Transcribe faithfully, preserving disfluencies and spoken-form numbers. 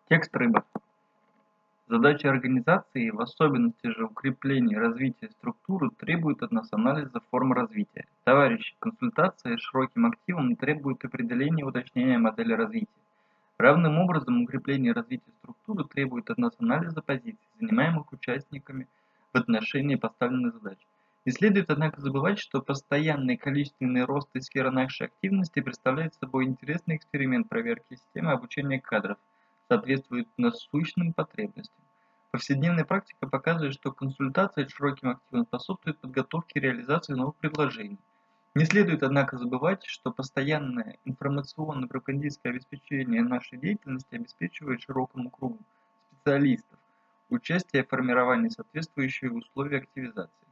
Текст рыба. Задачи организации, в особенности же укрепления и развития структуры, требуют от нас анализа форм развития. Товарищи, консультация с широким активом требует определения и уточнения модели развития. Равным образом укрепление и развитие структуры требует от нас анализа позиций, занимаемых участниками в отношении поставленных задач. Не следует, однако, забывать, что постоянный количественный рост и сфера нашей активности представляет собой интересный эксперимент проверки системы обучения кадров, соответствует насущным потребностям. Повседневная практика показывает, что консультация с широким активом способствует подготовке и реализации новых предложений. Не следует, однако, забывать, что постоянное информационно-пропагандистское обеспечение нашей деятельности обеспечивает широкому кругу специалистов участие в формировании соответствующих условий активизации.